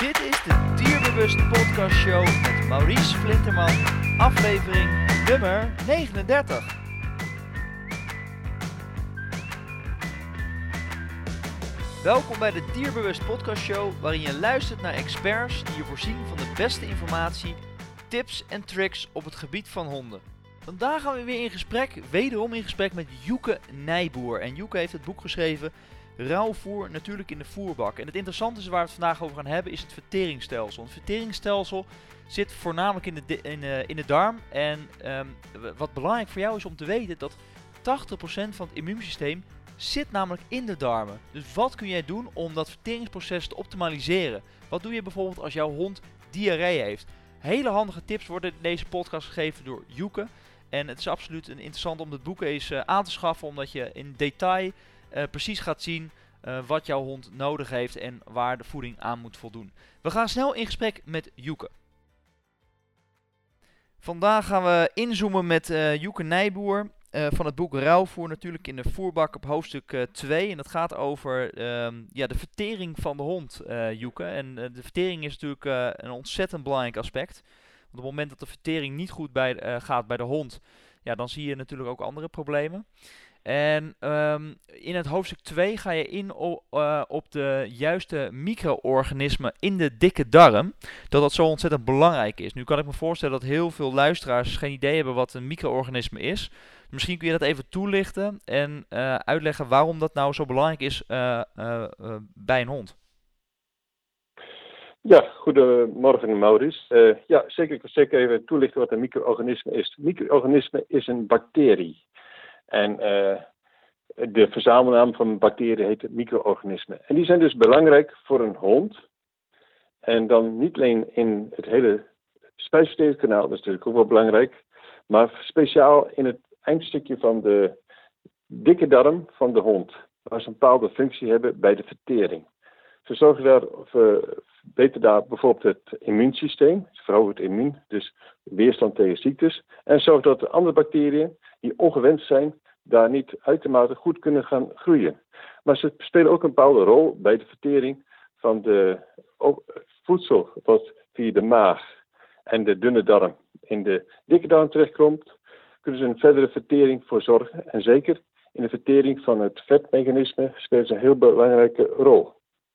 Dit is de Dierbewust Podcast Show met Maurice Flinterman, aflevering nummer 39. Welkom bij de Dierbewust Podcast Show, waarin je luistert naar experts die je voorzien van de beste informatie, tips en tricks op het gebied van honden. Vandaag gaan we weer wederom in gesprek met Joeke Nijboer. En Joeke heeft het boek geschreven, Rauwvoer natuurlijk in de voerbak. En het interessante is waar we het vandaag over gaan hebben is het verteringsstelsel. Het verteringsstelsel zit voornamelijk in de darm. En wat belangrijk voor jou is om te weten dat 80% van het immuunsysteem zit namelijk in de darmen. Dus wat kun jij doen om dat verteringsproces te optimaliseren? Wat doe je bijvoorbeeld als jouw hond diarree heeft? Hele handige tips worden in deze podcast gegeven door Joeke. En het is absoluut interessant om het boek eens aan te schaffen, omdat je in detail precies gaat zien wat jouw hond nodig heeft en waar de voeding aan moet voldoen. We gaan snel in gesprek met Joeke. Vandaag gaan we inzoomen met Joeke Nijboer van het boek Rauwvoer natuurlijk in de voerbak op hoofdstuk 2. En dat gaat over de vertering van de hond, Joeke. En de vertering is natuurlijk een ontzettend belangrijk aspect. Want op het moment dat de vertering niet goed gaat bij de hond, ja, dan zie je natuurlijk ook andere problemen. En in het hoofdstuk 2 ga je in op de juiste micro-organismen in de dikke darm. Dat zo ontzettend belangrijk is. Nu kan ik me voorstellen dat heel veel luisteraars geen idee hebben wat een micro-organisme is. Misschien kun je dat even toelichten en uitleggen waarom dat nou zo belangrijk is bij een hond. Ja, goedemorgen Maurice. Zeker. Ik wil zeker even toelichten wat een micro-organisme is. Een micro-organisme is een bacterie. En de verzamelnaam van een bacterie heet micro-organismen. En die zijn dus belangrijk voor een hond. En dan niet alleen in het hele spijsverteringskanaal, dat is natuurlijk ook wel belangrijk. Maar speciaal in het eindstukje van de dikke darm van de hond. Waar ze een bepaalde functie hebben bij de vertering. Ze verbeteren daar bijvoorbeeld het immuunsysteem. Ze verhogen het immuun, dus weerstand tegen ziektes. En zorgen dat de andere bacteriën die ongewenst zijn, daar niet uitermate goed kunnen gaan groeien. Maar ze spelen ook een bepaalde rol bij de vertering van de voedsel wat via de maag en de dunne darm in de dikke darm terechtkomt. Kunnen ze een verdere vertering voor zorgen. En zeker in de vertering van het vetmechanisme spelen ze een heel belangrijke rol.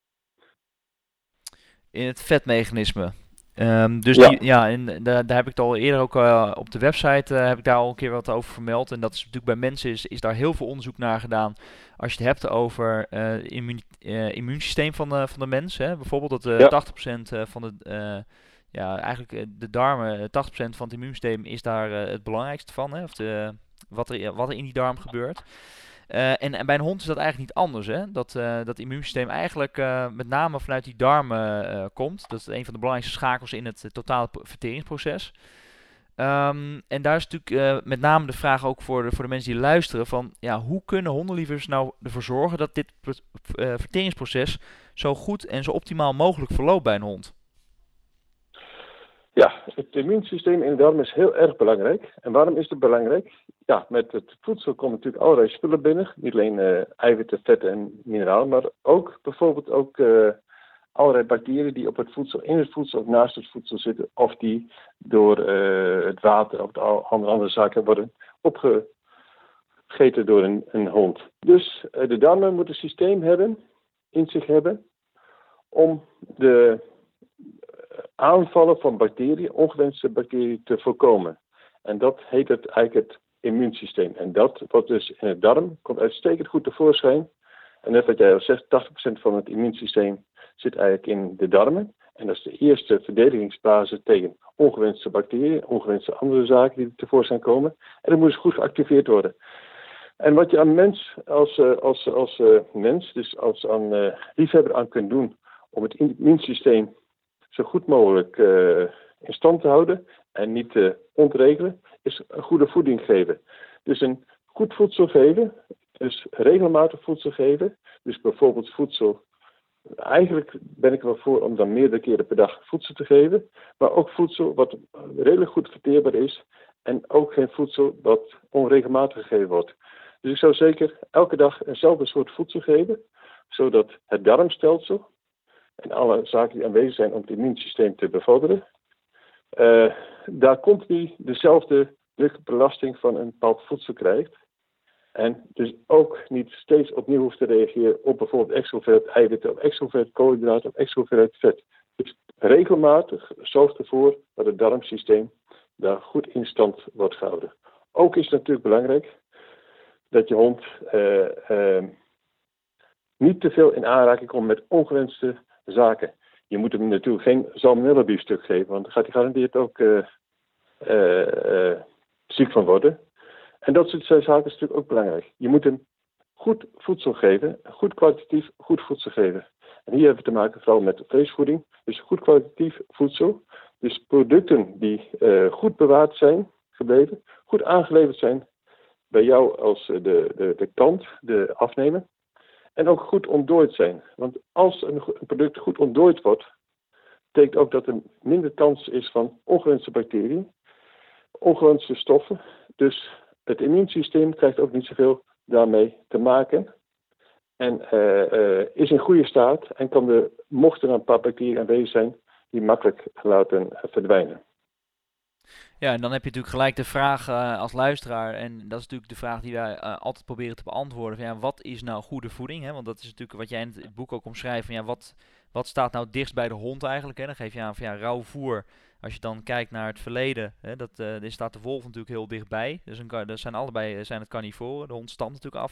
In het vetmechanisme. En daar heb ik het al eerder ook op de website heb ik daar al een keer wat over vermeld. En dat is natuurlijk bij mensen is daar heel veel onderzoek naar gedaan. Als je het hebt over immuunsysteem van de mens. Hè. Bijvoorbeeld dat 80% van de darmen, 80% van het immuunsysteem is daar het belangrijkste van. Hè. Of wat er in die darm gebeurt. En bij een hond is dat eigenlijk niet anders. Hè? Dat immuunsysteem eigenlijk met name vanuit die darmen komt. Dat is een van de belangrijkste schakels in het totale verteringsproces. En daar is natuurlijk met name de vraag ook voor de mensen die luisteren van ja, hoe kunnen hondenliefhebbers nou ervoor zorgen dat dit verteringsproces zo goed en zo optimaal mogelijk verloopt bij een hond? Ja, het immuunsysteem in de darm is heel erg belangrijk. En waarom is het belangrijk? Ja, met het voedsel komen natuurlijk allerlei spullen binnen. Niet alleen eiwitten, vetten en mineralen, maar ook bijvoorbeeld allerlei bacteriën die op het voedsel, in het voedsel of naast het voedsel zitten. Of die door het water of andere zaken worden opgegeten door een hond. Dus de darmen moeten een systeem in zich hebben om de aanvallen van bacteriën, ongewenste bacteriën, te voorkomen. En dat heet eigenlijk het immuunsysteem. En dat wat dus in het darm komt uitstekend goed tevoorschijn. En net wat jij al zegt, 80% van het immuunsysteem zit eigenlijk in de darmen. En dat is de eerste verdedigingsbasis tegen ongewenste bacteriën, ongewenste andere zaken die tevoorschijn komen. En dat moet dus goed geactiveerd worden. En wat je aan mens, als mens, dus als aan liefhebber aan kunt doen om het immuunsysteem zo goed mogelijk in stand te houden en niet te ontregelen, is een goede voeding geven. Dus een goed voedsel geven, dus regelmatig voedsel geven. Dus bijvoorbeeld voedsel, eigenlijk ben ik er wel voor om dan meerdere keren per dag voedsel te geven. Maar ook voedsel wat redelijk goed verteerbaar is en ook geen voedsel wat onregelmatig gegeven wordt. Dus ik zou zeker elke dag eenzelfde soort voedsel geven, zodat het darmstelsel en alle zaken die aanwezig zijn om het immuunsysteem te bevorderen, daar continu dezelfde drukbelasting van een bepaald voedsel krijgt. En dus ook niet steeds opnieuw hoeft te reageren op bijvoorbeeld extrovert eiwitten, of extrovert koolhydraten, of extrovert vet. Dus regelmatig zorgt ervoor dat het darmsysteem daar goed in stand wordt gehouden. Ook is het natuurlijk belangrijk dat je hond niet te veel in aanraking komt met ongewenste zaken. Je moet hem natuurlijk geen salmonella biefstuk geven, want daar gaat hij gegarandeerd ook ziek van worden. En dat soort zaken is natuurlijk ook belangrijk. Je moet hem goed voedsel geven, goed kwalitatief goed voedsel geven. En hier hebben we te maken vooral met vleesvoeding. Dus goed kwalitatief voedsel. Dus producten die goed bewaard zijn gebleven, goed aangeleverd zijn bij jou als de klant, de afnemer. En ook goed ontdooid zijn. Want als een product goed ontdooid wordt, betekent ook dat er minder kans is van ongewenste bacteriën, ongewenste stoffen. Dus het immuunsysteem krijgt ook niet zoveel daarmee te maken. En is in goede staat en kan mochten er een paar bacteriën aanwezig zijn, die makkelijk laten verdwijnen. Ja, en dan heb je natuurlijk gelijk de vraag als luisteraar, en dat is natuurlijk de vraag die wij altijd proberen te beantwoorden, van, ja, wat is nou goede voeding? Hè? Want dat is natuurlijk wat jij in het boek ook omschrijft, van, ja, wat staat nou dichtst bij de hond eigenlijk? Hè? Dan geef je aan van, ja, rauw voer. Als je dan kijkt naar het verleden, hè, daar staat de wolf natuurlijk heel dichtbij. Dus dat zijn allebei het carnivoren. De hond stamt natuurlijk af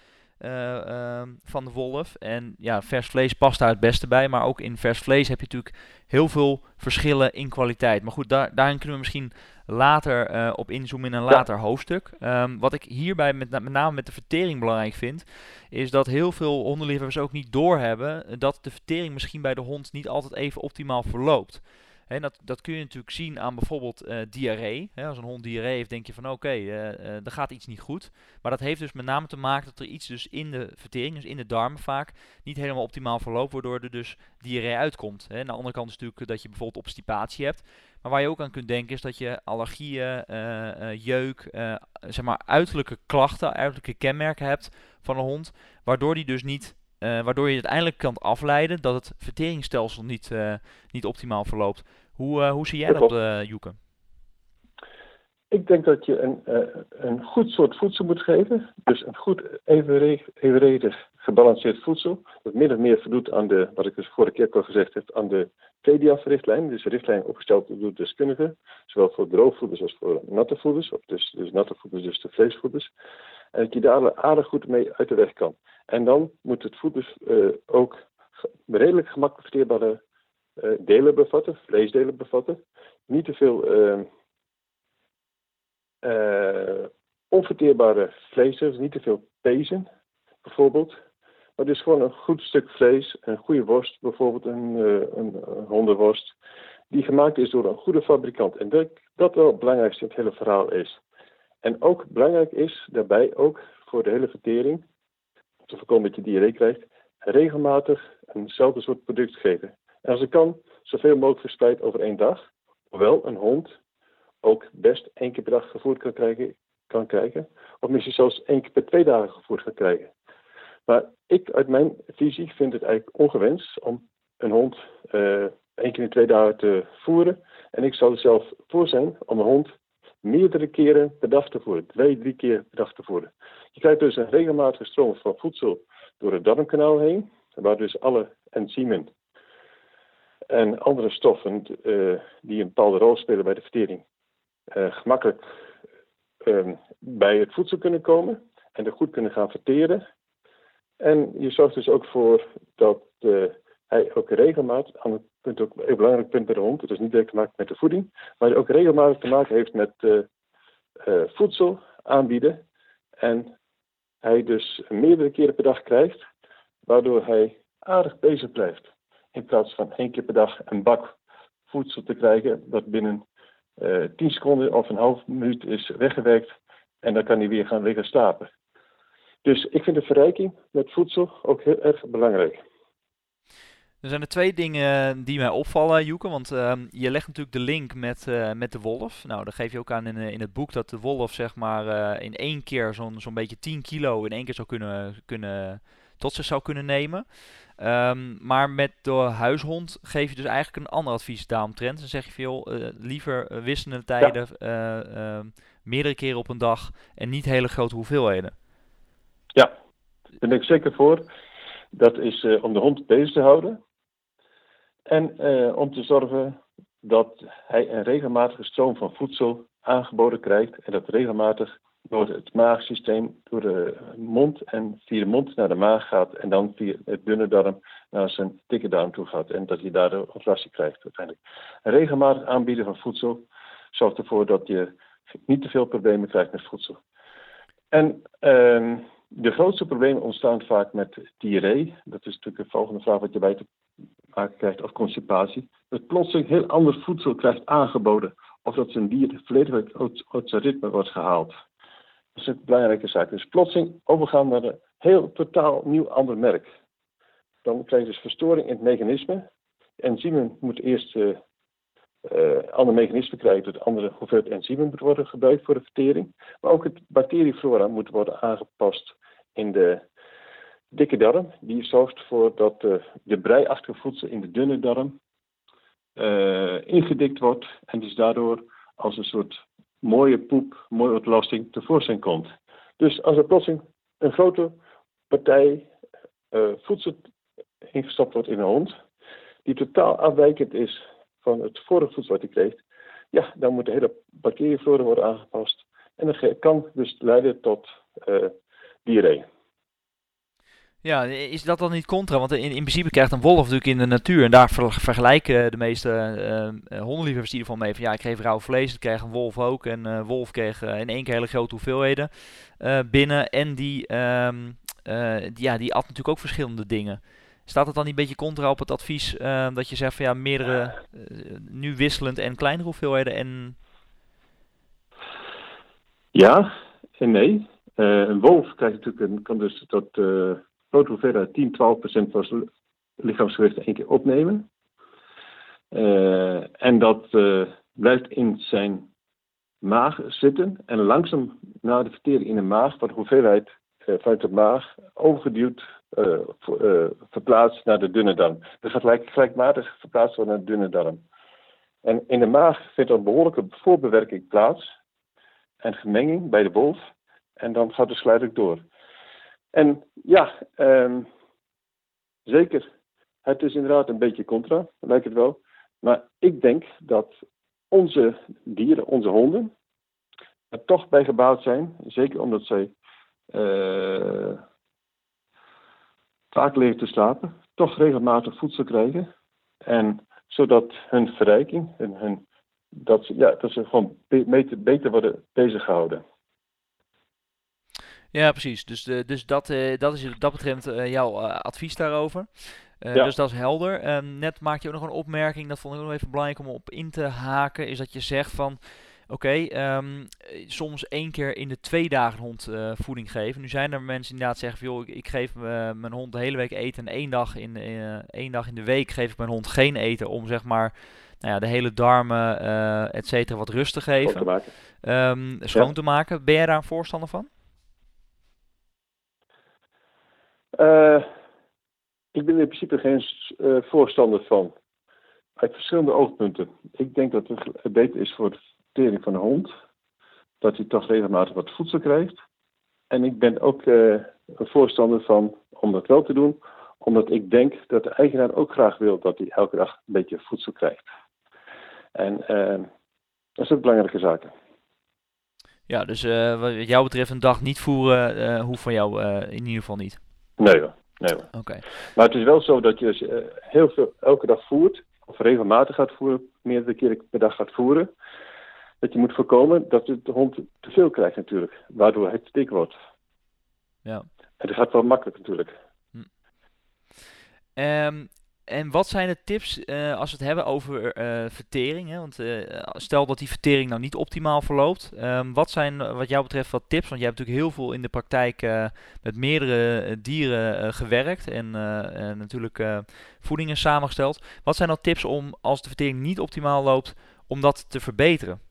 van de wolf. En ja, vers vlees past daar het beste bij. Maar ook in vers vlees heb je natuurlijk heel veel verschillen in kwaliteit. Maar goed, daarin kunnen we misschien later op inzoomen in een later hoofdstuk. Wat ik hierbij met name met de vertering belangrijk vind, is dat heel veel hondenliefhebbers ook niet doorhebben dat de vertering misschien bij de hond niet altijd even optimaal verloopt. En dat kun je natuurlijk zien aan bijvoorbeeld diarree. Als een hond diarree heeft, denk je van oké, er gaat iets niet goed. Maar dat heeft dus met name te maken dat er iets dus in de vertering, dus in de darmen vaak, niet helemaal optimaal verloopt, waardoor er dus diarree uitkomt. Aan de andere kant is natuurlijk dat je bijvoorbeeld obstipatie hebt. Maar waar je ook aan kunt denken is dat je allergieën, jeuk, zeg maar uiterlijke klachten, uiterlijke kenmerken hebt van een hond, waardoor die dus niet... waardoor je uiteindelijk kan afleiden dat het verteringsstelsel niet optimaal verloopt. Hoe zie jij dat, Joeke? Ik denk dat je een goed soort voedsel moet geven. Dus een goed evenredig gebalanceerd voedsel. Dat min of meer voldoet aan wat ik dus vorige keer al gezegd heb, aan de TDAF-richtlijn. Dus een richtlijn opgesteld door deskundigen. Zowel voor droogvoeders als voor natte voeders. Of dus natte voeders, dus de vleesvoeders. En dat je daar aardig goed mee uit de weg kan. En dan moet het voeders ook redelijk gemakkelijk verteerbare delen bevatten, vleesdelen bevatten. Niet te veel onverteerbare vlees, dus niet te veel pezen, bijvoorbeeld. Maar dus gewoon een goed stuk vlees, een goede worst, bijvoorbeeld een hondenworst, die gemaakt is door een goede fabrikant. En dat wel het belangrijkste in het hele verhaal is. En ook belangrijk is daarbij ook voor de hele vertering, om te voorkomen dat je diarree krijgt, regelmatig eenzelfde soort product geven. En als het kan, zoveel mogelijk verspreid over 1 dag. Hoewel een hond ook best 1 keer per dag gevoerd kan krijgen. Of misschien zelfs 1 keer per 2 dagen gevoerd kan krijgen. Maar ik, uit mijn visie, vind het eigenlijk ongewenst om een hond 1 keer in 2 dagen te voeren. En ik zal er zelf voor zijn om een hond meerdere keren per dag te voeren. 2, 3 keer per dag te voeren. Je krijgt dus een regelmatige stroom van voedsel door het darmkanaal heen. Waar dus alle enzymen en andere stoffen die een bepaalde rol spelen bij de vertering gemakkelijk bij het voedsel kunnen komen en er goed kunnen gaan verteren. En je zorgt dus ook voor dat hij ook regelmatig, aan het punt ook een belangrijk punt bij de hond, het is niet direct te maken met de voeding, maar hij ook regelmatig te maken heeft met voedsel aanbieden en hij dus meerdere keren per dag krijgt, waardoor hij aardig bezig blijft. In plaats van 1 keer per dag een bak voedsel te krijgen dat binnen 10 seconden of een half minuut is weggewerkt en dan kan hij weer gaan liggen slapen. Dus ik vind de verrijking met voedsel ook heel erg belangrijk. Er zijn er 2 dingen die mij opvallen, Joeke, want je legt natuurlijk de link met de wolf. Nou, dan geef je ook aan in het boek dat de wolf zeg maar in 1 keer zo'n beetje 10 kilo in 1 keer zou kunnen tot zich zou kunnen nemen. Maar met de huishond geef je dus eigenlijk een ander advies daaromtrent. Dan zeg je veel liever wisselende tijden, meerdere keren op een dag en niet hele grote hoeveelheden. Ja, daar ben ik zeker voor. Dat is om de hond bezig te houden. En om te zorgen dat hij een regelmatige stroom van voedsel aangeboden krijgt. En dat regelmatig door het maagsysteem, door de mond en via de mond naar de maag gaat. En dan via het dunne darm naar zijn dikke darm toe gaat. En dat hij daardoor een rassie krijgt uiteindelijk. Een regelmatig aanbieden van voedsel zorgt ervoor dat je niet te veel problemen krijgt met voedsel. En de grootste problemen ontstaan vaak met diarree. Dat is natuurlijk de volgende vraag wat je bij te maken krijgt, of constipatie. Dat plotseling heel ander voedsel krijgt aangeboden. Of dat zijn dier volledig uit zijn ritme wordt gehaald. Dat is een belangrijke zaak. Dus plotseling overgaan naar een heel totaal nieuw ander merk. Dan krijg je dus verstoring in het mechanisme. Enzymen moeten eerst ander mechanisme krijgen, dat andere hoeveelheid enzymen moet worden gebruikt voor de vertering. Maar ook het bacterieflora moet worden aangepast in de dikke darm. Die zorgt ervoor dat de breiachtige voedsel in de dunne darm ingedikt wordt. En dus daardoor als een soort mooie poep, mooie ontlasting tevoorschijn komt. Dus als er plotseling een grote partij voedsel ingestopt wordt in een hond, die totaal afwijkend is van het vorige voedsel wat hij kreeg, ja, dan moet de hele bacterieflora worden aangepast. En dat kan dus leiden tot diarree. Ja, is dat dan niet contra? Want in principe krijgt een wolf natuurlijk in de natuur, en daar vergelijken de meeste hondenliefhebbers in ieder geval mee, van ja, ik geef rauw vlees, dat kreeg een wolf ook. En wolf kreeg in één keer hele grote hoeveelheden binnen. En die at natuurlijk ook verschillende dingen. Staat het dan niet een beetje contra op het advies dat je zegt van ja, meerdere, nu wisselend en kleinere hoeveelheden en... Ja en nee. Een wolf krijgt natuurlijk kan dus tot grote hoeveelheid 10-12% van zijn lichaamsgewicht in één keer opnemen. En dat blijft in zijn maag zitten. En langzaam na de vertering in de maag wordt de hoeveelheid vanuit de maag overgeduwd, verplaatst naar de dunne darm. Dus gelijkmatig verplaatst wordt naar de dunne darm. En in de maag vindt er een behoorlijke voorbewerking plaats. En gemenging bij de wolf. En dan gaat het geleidelijk door. En ja, zeker. Het is inderdaad een beetje contra, lijkt het wel. Maar ik denk dat onze dieren, onze honden, er toch bij gebaat zijn. Zeker omdat zij vaak liggen te slapen. Toch regelmatig voedsel krijgen. En zodat hun verrijking, dat ze gewoon beter worden bezig gehouden. Ja, precies. Dus dat is wat dat betreft jouw advies daarover. Ja. Dus dat is helder. Net maak je ook nog een opmerking, dat vond ik ook nog even belangrijk om op in te haken, is dat je zegt van, oké, soms 1 keer in de 2 dagen hond voeding geven. Nu zijn er mensen die inderdaad zeggen van, joh, ik geef mijn hond de hele week eten en 1 dag één dag in de week geef ik mijn hond geen eten om zeg maar de hele darmen, et cetera, wat rust te geven. Schoon te maken. Ben jij daar een voorstander van? Ik ben in principe geen voorstander van. Uit verschillende oogpunten. Ik denk dat het beter is voor de vertering van de hond. Dat hij toch regelmatig wat voedsel krijgt. En ik ben ook een voorstander van om dat wel te doen. Omdat ik denk dat de eigenaar ook graag wil dat hij elke dag een beetje voedsel krijgt. En dat is ook belangrijke zaken. Ja, dus wat jou betreft een dag niet voeren hoeft van jou in ieder geval niet. Nee hoor. Okay. Maar het is wel zo dat je als je heel veel elke dag voert, of regelmatig gaat voeren, meerdere keren per dag gaat voeren, dat je moet voorkomen dat de hond te veel krijgt natuurlijk, waardoor het dik wordt. Ja. En dat gaat wel makkelijk natuurlijk. En wat zijn de tips als we het hebben over vertering? Hè? Want stel dat die vertering nou niet optimaal verloopt. Wat zijn wat jou betreft wat tips? Want jij hebt natuurlijk heel veel in de praktijk met meerdere dieren gewerkt. En natuurlijk voedingen samengesteld. Wat zijn dan tips om als de vertering niet optimaal loopt, om dat te verbeteren?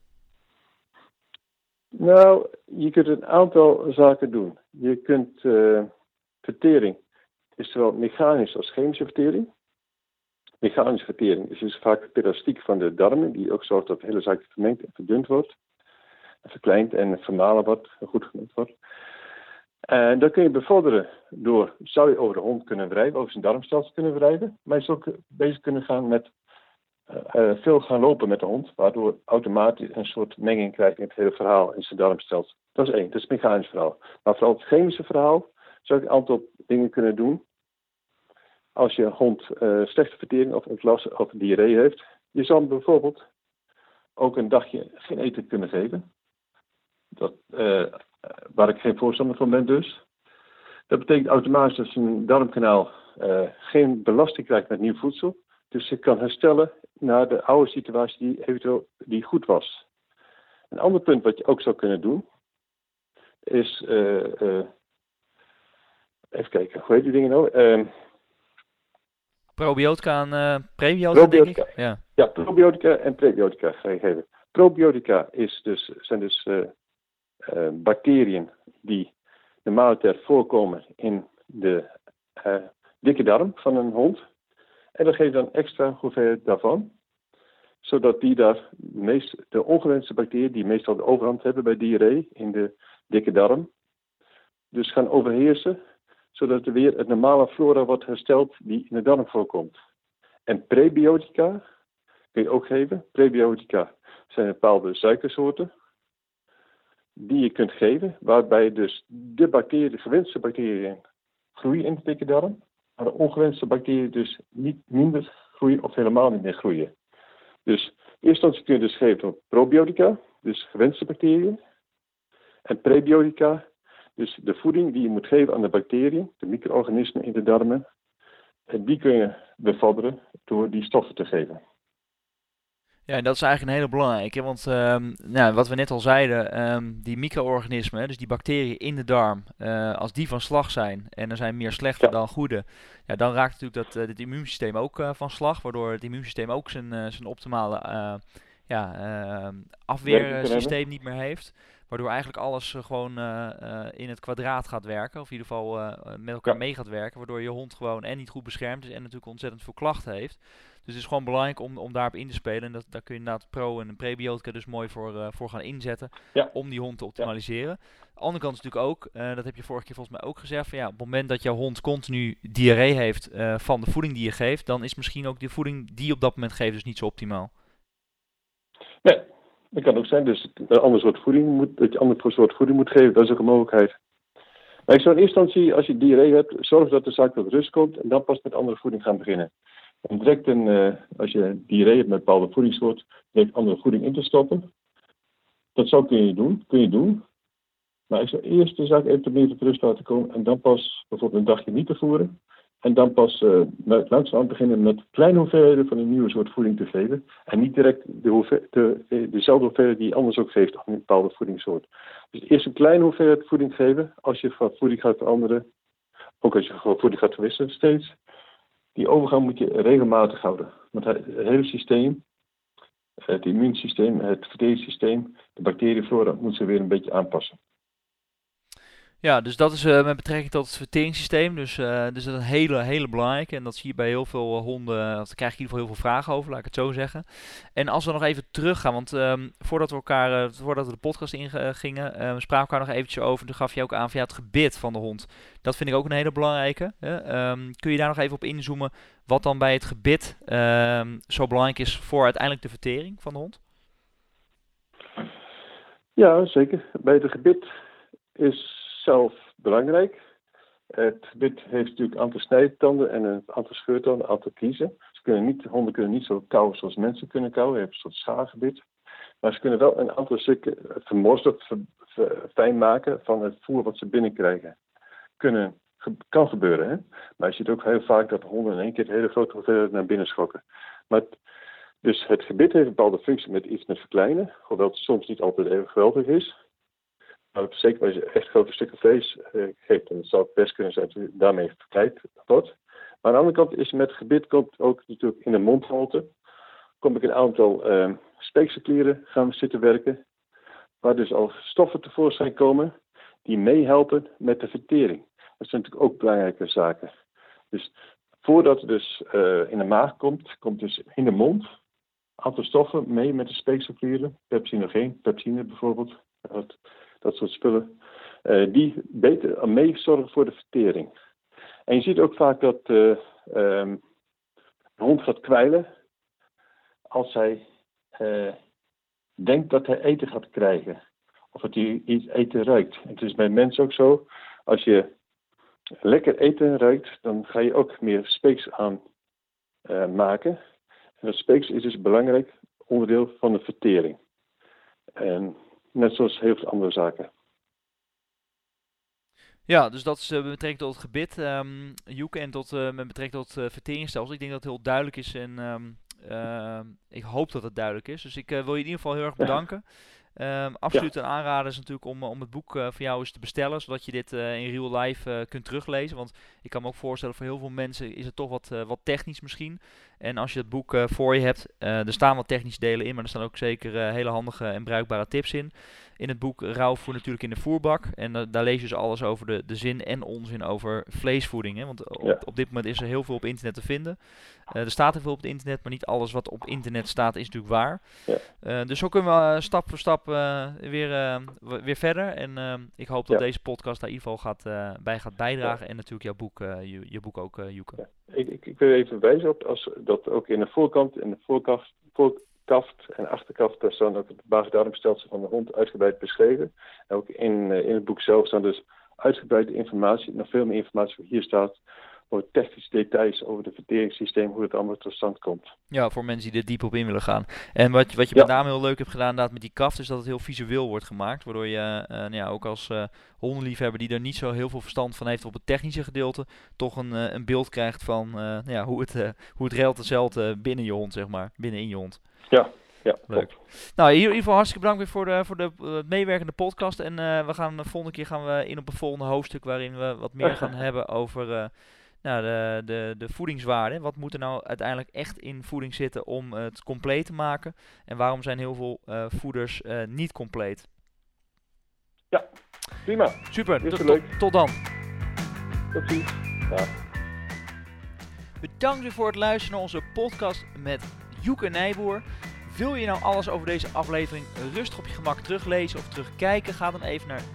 Nou, je kunt een aantal zaken doen. Je kunt vertering is zowel mechanische als chemische vertering. Mechanische vertering is dus vaak de perastiek van de darmen, die ook zorgt dat de hele zaak vermengd en verdund wordt, en verkleind en vermalen wordt, goed genoemd wordt. En dat kun je bevorderen door, zou je over de hond kunnen wrijven, over zijn darmstelsel kunnen wrijven, maar je zou ook bezig kunnen gaan met veel gaan lopen met de hond, waardoor automatisch een soort menging krijgt in het hele verhaal in zijn darmstelsel. Dat is één, dat is het mechanische verhaal. Maar vooral het chemische verhaal zou ik een aantal dingen kunnen doen. Als je hond slechte vertering of ontlasten of diarree heeft, je zou hem bijvoorbeeld ook een dagje geen eten kunnen geven. Dat, waar ik geen voorstander van ben dus. Dat betekent automatisch dat zijn darmkanaal geen belasting krijgt met nieuw voedsel. Dus je kan herstellen naar de oude situatie die eventueel die goed was. Een ander punt wat je ook zou kunnen doen, is, even kijken, hoe heet die dingen nou? Probiotica en prebiotica, denk ik. Ja, probiotica en prebiotica ga je geven. Probiotica zijn dus bacteriën die normaliter voorkomen in de dikke darm van een hond. En dan geef je dan extra hoeveelheid daarvan. Zodat die daar de ongewenste bacteriën, die meestal de overhand hebben bij diarree in de dikke darm, dus gaan overheersen. Zodat er weer het normale flora wordt hersteld die in de darm voorkomt. En prebiotica kun je ook geven. Prebiotica zijn bepaalde suikersoorten die je kunt geven, waarbij dus de gewenste bacteriën groeien in de dikke darm, maar de ongewenste bacteriën dus niet minder groeien of helemaal niet meer groeien. Dus in eerste instantie kun je dus geven door probiotica, dus gewenste bacteriën, en prebiotica, dus de voeding die je moet geven aan de bacteriën, de micro-organismen in de darmen, en die kun je bevorderen door die stoffen te geven. Ja, en dat is eigenlijk een hele belangrijke, want wat we net al zeiden, die micro-organismen, dus die bacteriën in de darm, als die van slag zijn en er zijn meer slechte dan goede, ja, dan raakt natuurlijk het immuunsysteem ook van slag, waardoor het immuunsysteem ook zijn optimale afweersysteem niet meer heeft. Waardoor eigenlijk alles gewoon in het kwadraat gaat werken. Of in ieder geval met elkaar mee gaat werken. Waardoor je hond gewoon en niet goed beschermd is en natuurlijk ontzettend veel klachten heeft. Dus het is gewoon belangrijk om daarop in te spelen. En daar kun je inderdaad pro- en prebiotica dus mooi voor gaan inzetten. Ja. Om die hond te optimaliseren. De andere kant is natuurlijk ook, dat heb je vorige keer volgens mij ook gezegd. Van, ja, op het moment dat jouw hond continu diarree heeft van de voeding die je geeft. Dan is misschien ook de voeding die je op dat moment geeft dus niet zo optimaal. Nee. Dat kan ook zijn, dus een ander soort voeding dat je een ander soort voeding moet geven, dat is ook een mogelijkheid. Maar ik zou in eerste instantie, als je diarree hebt, zorg dat de zaak tot rust komt en dan pas met andere voeding gaan beginnen. En direct als je diarree hebt met een bepaalde voedingssoort, direct andere voeding in te stoppen. Dat kun je doen. Maar ik zou eerst de zaak even meer tot rust laten komen en dan pas bijvoorbeeld een dagje niet te voeren. En dan pas langzaam beginnen met kleine hoeveelheden van een nieuwe soort voeding te geven. En niet direct dezelfde hoeveelheid die je anders ook geeft aan een bepaalde voedingssoort. Dus eerst een kleine hoeveelheid voeding geven. Als je van voeding gaat veranderen. Ook als je gewoon voeding gaat verwisselen steeds. Die overgang moet je regelmatig houden. Want het hele systeem, het immuunsysteem, het verdedigingssysteem, de bacteriënflora moet ze weer een beetje aanpassen. Ja, dus dat is met betrekking tot het verteringssysteem. Dus dat is een hele belangrijke. En dat zie je bij heel veel honden. Of daar krijg je in ieder geval heel veel vragen over, laat ik het zo zeggen. En als we nog even teruggaan, want voordat we de podcast ingingen, spraken we elkaar nog eventjes over. Toen gaf je ook aan van het gebit van de hond. Dat vind ik ook een hele belangrijke. Kun je daar nog even op inzoomen wat dan bij het gebit zo belangrijk is voor uiteindelijk de vertering van de hond? Ja, zeker. Bij het gebit is zelf belangrijk. Het gebit heeft natuurlijk een aantal snijtanden en een aantal scheurtanden, een aantal kiezen. Honden kunnen niet zo kauwen zoals mensen kunnen kauwen. Je hebt een soort schaargebit. Maar ze kunnen wel een aantal stukken vermorsen of fijn maken van het voer wat ze binnenkrijgen. Kan gebeuren, hè? Maar je ziet ook heel vaak dat honden in één keer hele grote hoeveelheden naar binnen schokken. Dus het gebit heeft een bepaalde functie met iets met verkleinen, hoewel het soms niet altijd even geweldig is. Maar zeker als je echt grote stukken vlees geeft, dan zou het best kunnen zijn dat je daarmee verkleind wordt. Maar aan de andere kant is met het gebit komt ook natuurlijk in de mondholte. Kom ik een aantal speekselklieren gaan zitten werken. Waar dus al stoffen tevoorschijn komen die meehelpen met de vertering. Dat zijn natuurlijk ook belangrijke zaken. Dus voordat het dus in de maag komt dus in de mond een aantal stoffen mee met de speekselklieren. Pepsinogeen, pepsine bijvoorbeeld, dat soort spullen. Die beter mee zorgen voor de vertering. En je ziet ook vaak dat de hond gaat kwijlen als hij denkt dat hij eten gaat krijgen. Of dat hij iets eten ruikt. Het is bij mensen ook zo. Als je lekker eten ruikt, dan ga je ook meer speeks aan maken. En dat speeks is dus een belangrijk onderdeel van de vertering. En net zoals heel veel andere zaken. Ja, dus dat is met betrekking tot het gebit, Joeke, en met betrekking tot het verteringsstelsel. Ik denk dat het heel duidelijk is en ik hoop dat het duidelijk is. Dus ik wil je in ieder geval heel erg bedanken. Absoluut een aanrader is natuurlijk om het boek van jou eens te bestellen, zodat je dit in real life kunt teruglezen. Want ik kan me ook voorstellen, voor heel veel mensen is het toch wat technisch misschien. En als je het boek voor je hebt, er staan wat technische delen in, maar er staan ook zeker hele handige en bruikbare tips in. In het boek Rauwvoer natuurlijk in de voerbak. En daar lees je dus alles over de zin en onzin over vleesvoeding. Hè? Want op dit moment is er heel veel op internet te vinden. Er staat heel veel op het internet, maar niet alles wat op internet staat is natuurlijk waar. Ja. Dus zo kunnen we stap voor stap weer verder. En ik hoop dat deze podcast daar in ieder geval bij gaat bijdragen. Ja. En natuurlijk jouw boek, je boek ook, Joeke. Ja. Ik wil even wijzen op dat ook in de voorkant en de voorkaft en achterkaft, daar staan ook het maag-darmstelsel van de hond uitgebreid beschreven. En ook in het boek zelf staan dus uitgebreide informatie, nog veel meer informatie wat hier staat, over technische details, over het verteringssysteem, hoe het allemaal tot stand komt. Ja, voor mensen die er diep op in willen gaan. En wat je met name heel leuk hebt gedaan inderdaad met die kaft, is dat het heel visueel wordt gemaakt, waardoor je ook als hondenliefhebber die er niet zo heel veel verstand van heeft op het technische gedeelte, toch een beeld krijgt van hoe het reilt en zeilt binnen je hond, zeg maar, binnenin je hond. Ja, leuk. Nou, in ieder geval hartstikke bedankt weer voor de meewerkende podcast. En de volgende keer gaan we in op een volgende hoofdstuk waarin we wat meer gaan hebben over de voedingswaarde. Wat moet er nou uiteindelijk echt in voeding zitten om het compleet te maken? En waarom zijn heel veel voeders niet compleet? Ja, prima. Super, tot dan. Tot ziens. Ja. Bedankt weer voor het luisteren naar onze podcast met Joeke Nijboer. Wil je nou alles over deze aflevering rustig op je gemak teruglezen of terugkijken? Ga dan even naar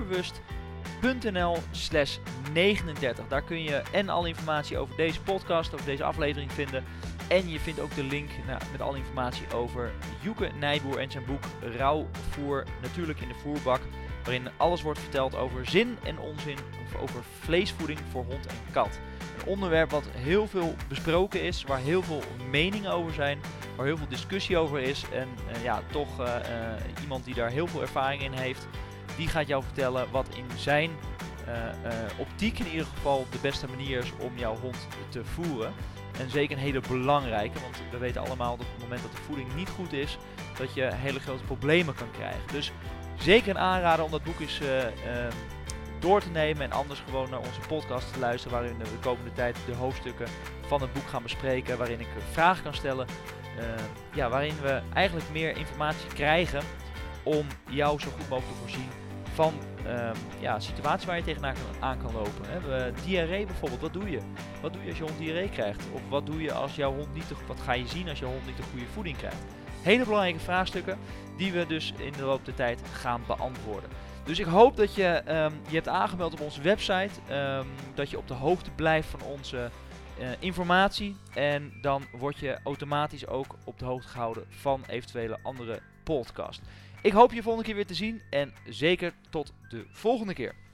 dierbewust.nl/39. Daar kun je en alle informatie over deze podcast, over deze aflevering vinden. En je vindt ook de link met alle informatie over Joeke Nijboer en zijn boek Rauwvoer, natuurlijk in de voerbak. Waarin alles wordt verteld over zin en onzin, over vleesvoeding voor hond en kat. Een onderwerp wat heel veel besproken is, waar heel veel meningen over zijn, waar heel veel discussie over is. En iemand die daar heel veel ervaring in heeft, die gaat jou vertellen wat in zijn optiek in ieder geval de beste manier is om jouw hond te voeren. En zeker een hele belangrijke, want we weten allemaal dat op het moment dat de voeding niet goed is, dat je hele grote problemen kan krijgen. Dus zeker een aanrader om dat boek eens door te nemen en anders gewoon naar onze podcast te luisteren, waarin we de komende tijd de hoofdstukken van het boek gaan bespreken, waarin ik vragen kan stellen, waarin we eigenlijk meer informatie krijgen om jou zo goed mogelijk te voorzien van situaties waar je tegenaan kan lopen. Diarree bijvoorbeeld, wat doe je? Wat doe je als je hond diarree krijgt? Of wat doe je als jouw hond wat ga je zien als jouw hond niet de goede voeding krijgt? Hele belangrijke vraagstukken die we dus in de loop der tijd gaan beantwoorden. Dus ik hoop dat je je hebt aangemeld op onze website, dat je op de hoogte blijft van onze informatie en dan word je automatisch ook op de hoogte gehouden van eventuele andere podcasts. Ik hoop je volgende keer weer te zien en zeker tot de volgende keer.